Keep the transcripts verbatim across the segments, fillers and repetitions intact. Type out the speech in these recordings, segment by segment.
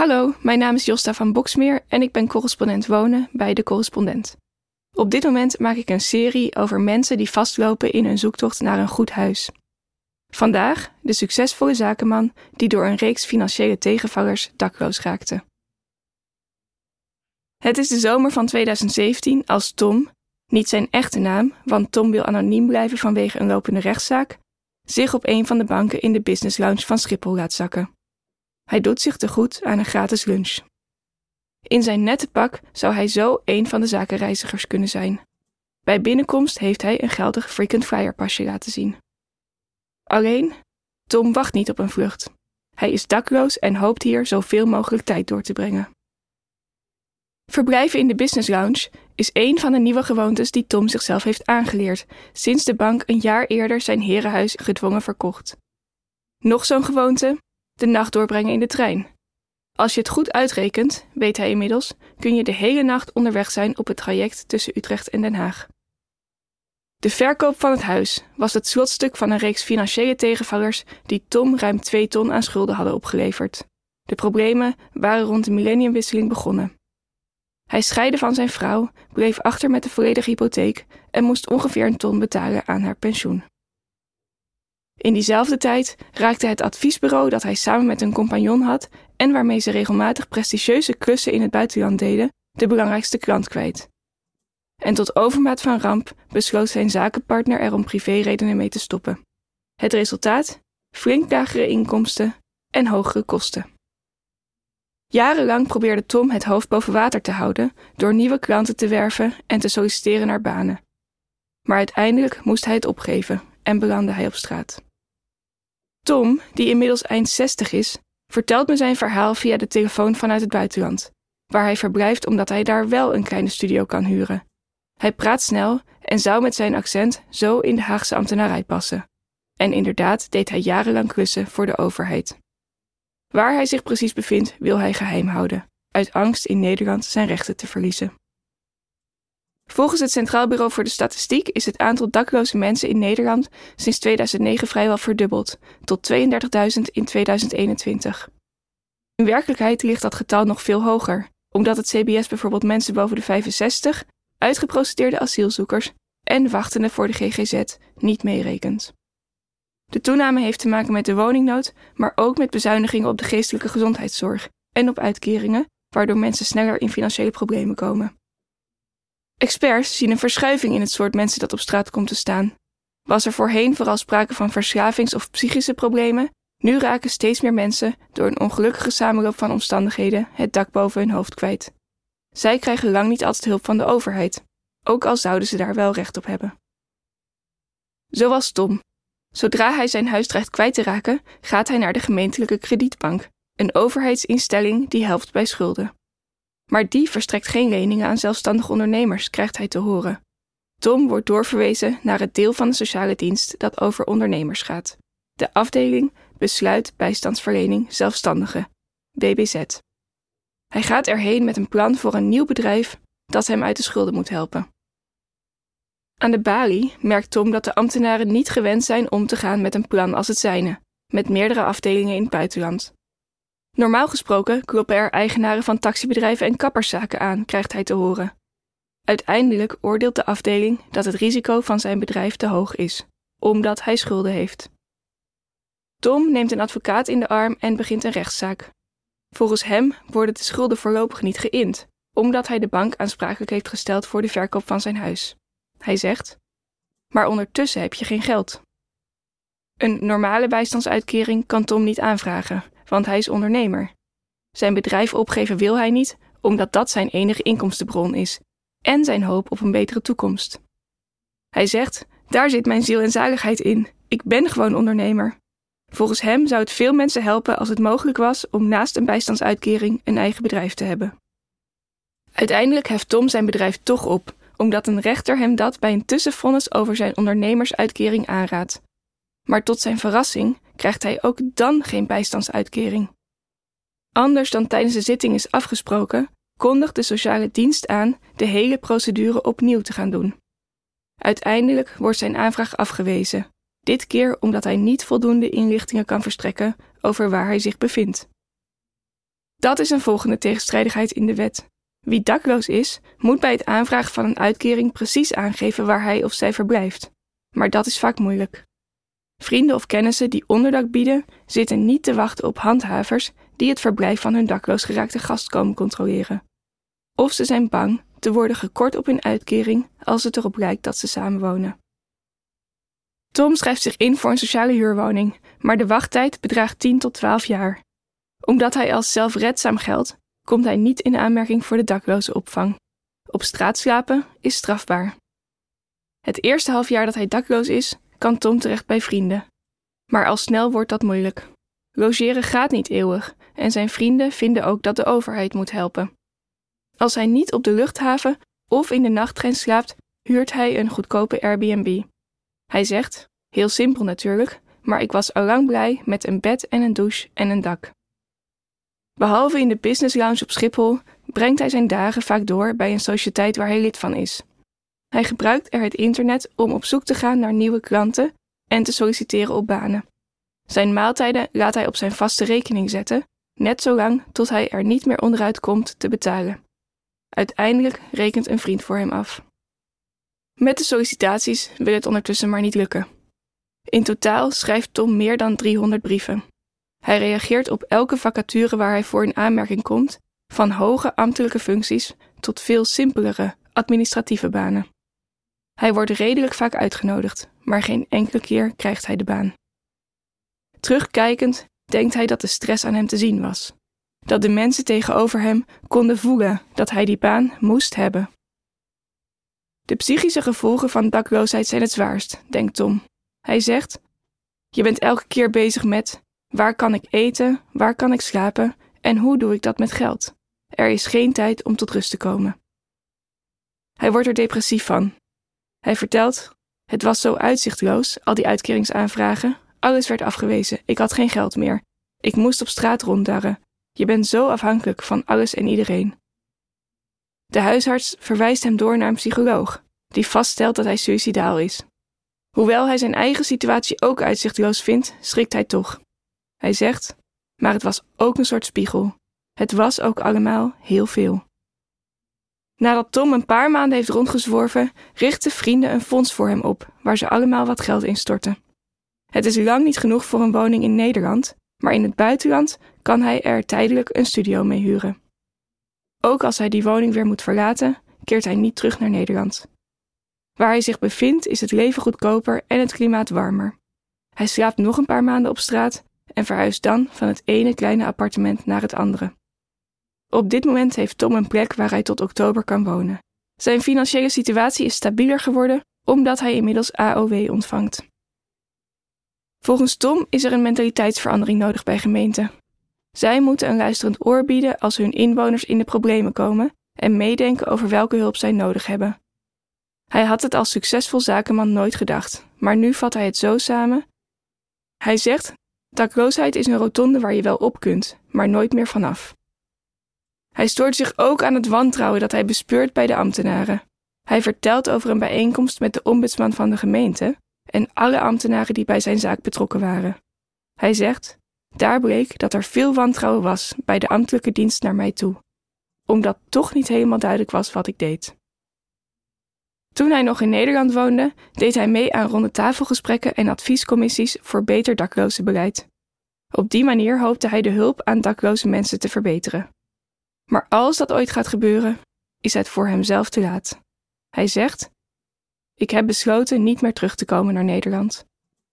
Hallo, mijn naam is Josta van Boksmeer en ik ben correspondent wonen bij De Correspondent. Op dit moment maak ik een serie over mensen die vastlopen in hun zoektocht naar een goed huis. Vandaag de succesvolle zakenman die door een reeks financiële tegenvallers dakloos raakte. Het is de zomer van tweeduizend zeventien als Tom, niet zijn echte naam, want Tom wil anoniem blijven vanwege een lopende rechtszaak, zich op een van de banken in de business lounge van Schiphol laat zakken. Hij doet zich te goed aan een gratis lunch. In zijn nette pak zou hij zo een van de zakenreizigers kunnen zijn. Bij binnenkomst heeft hij een geldig frequent flyer pasje laten zien. Alleen, Tom wacht niet op een vlucht. Hij is dakloos en hoopt hier zoveel mogelijk tijd door te brengen. Verblijven in de business lounge is een van de nieuwe gewoontes die Tom zichzelf heeft aangeleerd sinds de bank een jaar eerder zijn herenhuis gedwongen verkocht. Nog zo'n gewoonte? De nacht doorbrengen in de trein. Als je het goed uitrekent, weet hij inmiddels, kun je de hele nacht onderweg zijn op het traject tussen Utrecht en Den Haag. De verkoop van het huis was het slotstuk van een reeks financiële tegenvallers die Tom ruim twee ton aan schulden hadden opgeleverd. De problemen waren rond de millenniumwisseling begonnen. Hij scheidde van zijn vrouw, bleef achter met de volledige hypotheek en moest ongeveer een ton betalen aan haar pensioen. In diezelfde tijd raakte het adviesbureau dat hij samen met een compagnon had en waarmee ze regelmatig prestigieuze klussen in het buitenland deden, de belangrijkste klant kwijt. En tot overmaat van ramp besloot zijn zakenpartner er om privéredenen mee te stoppen. Het resultaat? Flink lagere inkomsten en hogere kosten. Jarenlang probeerde Tom het hoofd boven water te houden door nieuwe klanten te werven en te solliciteren naar banen. Maar uiteindelijk moest hij het opgeven en belandde hij op straat. Tom, die inmiddels eind zestig is, vertelt me zijn verhaal via de telefoon vanuit het buitenland, waar hij verblijft omdat hij daar wel een kleine studio kan huren. Hij praat snel en zou met zijn accent zo in de Haagse ambtenarij passen. En inderdaad deed hij jarenlang klussen voor de overheid. Waar hij zich precies bevindt, wil hij geheim houden, uit angst in Nederland zijn rechten te verliezen. Volgens het Centraal Bureau voor de Statistiek is het aantal dakloze mensen in Nederland sinds tweeduizend negen vrijwel verdubbeld, tot tweeëndertigduizend in tweeduizend eenentwintig. In werkelijkheid ligt dat getal nog veel hoger, omdat het C B S bijvoorbeeld mensen boven de vijfenzestig, uitgeprocedeerde asielzoekers en wachtenden voor de G G Z niet meerekent. De toename heeft te maken met de woningnood, maar ook met bezuinigingen op de geestelijke gezondheidszorg en op uitkeringen, waardoor mensen sneller in financiële problemen komen. Experts zien een verschuiving in het soort mensen dat op straat komt te staan. Was er voorheen vooral sprake van verslavings- of psychische problemen, nu raken steeds meer mensen door een ongelukkige samenloop van omstandigheden het dak boven hun hoofd kwijt. Zij krijgen lang niet altijd hulp van de overheid, ook al zouden ze daar wel recht op hebben. Zoals Tom. Zodra hij zijn huis dreigt kwijt te raken, gaat hij naar de gemeentelijke kredietbank, een overheidsinstelling die helpt bij schulden. Maar die verstrekt geen leningen aan zelfstandige ondernemers, krijgt hij te horen. Tom wordt doorverwezen naar het deel van de sociale dienst dat over ondernemers gaat. De afdeling Besluit Bijstandsverlening Zelfstandigen, B B Z. Hij gaat erheen met een plan voor een nieuw bedrijf dat hem uit de schulden moet helpen. Aan de balie merkt Tom dat de ambtenaren niet gewend zijn om te gaan met een plan als het zijne, met meerdere afdelingen in het buitenland. Normaal gesproken kloppen er eigenaren van taxibedrijven en kapperszaken aan, krijgt hij te horen. Uiteindelijk oordeelt de afdeling dat het risico van zijn bedrijf te hoog is, omdat hij schulden heeft. Tom neemt een advocaat in de arm en begint een rechtszaak. Volgens hem worden de schulden voorlopig niet geïnd, omdat hij de bank aansprakelijk heeft gesteld voor de verkoop van zijn huis. Hij zegt, maar ondertussen heb je geen geld. Een normale bijstandsuitkering kan Tom niet aanvragen, want hij is ondernemer. Zijn bedrijf opgeven wil hij niet, omdat dat zijn enige inkomstenbron is en zijn hoop op een betere toekomst. Hij zegt, daar zit mijn ziel en zaligheid in. Ik ben gewoon ondernemer. Volgens hem zou het veel mensen helpen als het mogelijk was om naast een bijstandsuitkering een eigen bedrijf te hebben. Uiteindelijk heft Tom zijn bedrijf toch op, omdat een rechter hem dat bij een tussenvonnis over zijn ondernemersuitkering aanraadt. Maar tot zijn verrassing krijgt hij ook dan geen bijstandsuitkering. Anders dan tijdens de zitting is afgesproken, kondigt de sociale dienst aan de hele procedure opnieuw te gaan doen. Uiteindelijk wordt zijn aanvraag afgewezen, dit keer omdat hij niet voldoende inlichtingen kan verstrekken over waar hij zich bevindt. Dat is een volgende tegenstrijdigheid in de wet. Wie dakloos is, moet bij het aanvragen van een uitkering precies aangeven waar hij of zij verblijft. Maar dat is vaak moeilijk. Vrienden of kennissen die onderdak bieden, zitten niet te wachten op handhavers die het verblijf van hun dakloos geraakte gast komen controleren. Of ze zijn bang te worden gekort op hun uitkering als het erop lijkt dat ze samenwonen. Tom schrijft zich in voor een sociale huurwoning, maar de wachttijd bedraagt tien tot twaalf jaar. Omdat hij als zelfredzaam geldt, komt hij niet in aanmerking voor de daklozenopvang. Op straat slapen is strafbaar. Het eerste half jaar dat hij dakloos is, kan Tom terecht bij vrienden. Maar al snel wordt dat moeilijk. Logeren gaat niet eeuwig en zijn vrienden vinden ook dat de overheid moet helpen. Als hij niet op de luchthaven of in de nachttrein slaapt, huurt hij een goedkope Airbnb. Hij zegt, heel simpel natuurlijk, maar ik was allang blij met een bed en een douche en een dak. Behalve in de business lounge op Schiphol brengt hij zijn dagen vaak door bij een sociëteit waar hij lid van is. Hij gebruikt er het internet om op zoek te gaan naar nieuwe klanten en te solliciteren op banen. Zijn maaltijden laat hij op zijn vaste rekening zetten, net zolang tot hij er niet meer onderuit komt te betalen. Uiteindelijk rekent een vriend voor hem af. Met de sollicitaties wil het ondertussen maar niet lukken. In totaal schrijft Tom meer dan driehonderd brieven. Hij reageert op elke vacature waar hij voor in aanmerking komt, van hoge ambtelijke functies tot veel simpelere administratieve banen. Hij wordt redelijk vaak uitgenodigd, maar geen enkele keer krijgt hij de baan. Terugkijkend denkt hij dat de stress aan hem te zien was. Dat de mensen tegenover hem konden voelen dat hij die baan moest hebben. De psychische gevolgen van dakloosheid zijn het zwaarst, denkt Tom. Hij zegt, je bent elke keer bezig met, waar kan ik eten, waar kan ik slapen en hoe doe ik dat met geld? Er is geen tijd om tot rust te komen. Hij wordt er depressief van. Hij vertelt, het was zo uitzichtloos, al die uitkeringsaanvragen, alles werd afgewezen, ik had geen geld meer. Ik moest op straat ronddarren. Je bent zo afhankelijk van alles en iedereen. De huisarts verwijst hem door naar een psycholoog, die vaststelt dat hij suïcidaal is. Hoewel hij zijn eigen situatie ook uitzichtloos vindt, schrikt hij toch. Hij zegt, maar het was ook een soort spiegel. Het was ook allemaal heel veel. Nadat Tom een paar maanden heeft rondgezworven, richten vrienden een fonds voor hem op, waar ze allemaal wat geld in storten. Het is lang niet genoeg voor een woning in Nederland, maar in het buitenland kan hij er tijdelijk een studio mee huren. Ook als hij die woning weer moet verlaten, keert hij niet terug naar Nederland. Waar hij zich bevindt is het leven goedkoper en het klimaat warmer. Hij slaapt nog een paar maanden op straat en verhuist dan van het ene kleine appartement naar het andere. Op dit moment heeft Tom een plek waar hij tot oktober kan wonen. Zijn financiële situatie is stabieler geworden omdat hij inmiddels A O W ontvangt. Volgens Tom is er een mentaliteitsverandering nodig bij gemeenten. Zij moeten een luisterend oor bieden als hun inwoners in de problemen komen en meedenken over welke hulp zij nodig hebben. Hij had het als succesvol zakenman nooit gedacht, maar nu vat hij het zo samen. Hij zegt, dakloosheid is een rotonde waar je wel op kunt, maar nooit meer vanaf. Hij stoort zich ook aan het wantrouwen dat hij bespeurt bij de ambtenaren. Hij vertelt over een bijeenkomst met de ombudsman van de gemeente en alle ambtenaren die bij zijn zaak betrokken waren. Hij zegt, daar bleek dat er veel wantrouwen was bij de ambtelijke dienst naar mij toe, omdat toch niet helemaal duidelijk was wat ik deed. Toen hij nog in Nederland woonde, deed hij mee aan rondetafelgesprekken en adviescommissies voor beter daklozenbeleid. Op die manier hoopte hij de hulp aan dakloze mensen te verbeteren. Maar als dat ooit gaat gebeuren, is het voor hemzelf te laat. Hij zegt, ik heb besloten niet meer terug te komen naar Nederland.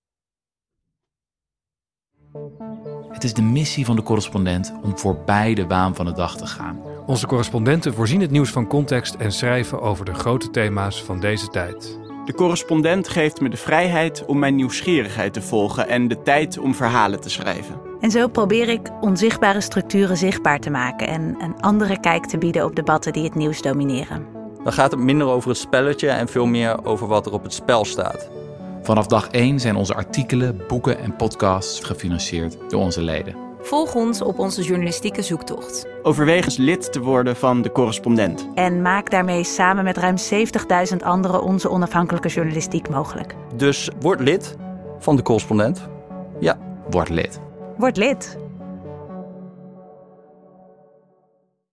Het is de missie van de correspondent om voorbij de waan van de dag te gaan. Onze correspondenten voorzien het nieuws van context en schrijven over de grote thema's van deze tijd. De correspondent geeft me de vrijheid om mijn nieuwsgierigheid te volgen en de tijd om verhalen te schrijven. En zo probeer ik onzichtbare structuren zichtbaar te maken en een andere kijk te bieden op debatten die het nieuws domineren. Dan gaat het minder over het spelletje en veel meer over wat er op het spel staat. Vanaf dag één zijn onze artikelen, boeken en podcasts gefinancierd door onze leden. Volg ons op onze journalistieke zoektocht. Overweeg eens lid te worden van de correspondent. En maak daarmee samen met ruim zeventigduizend anderen onze onafhankelijke journalistiek mogelijk. Dus word lid van de correspondent. Ja. Word lid. Word lid.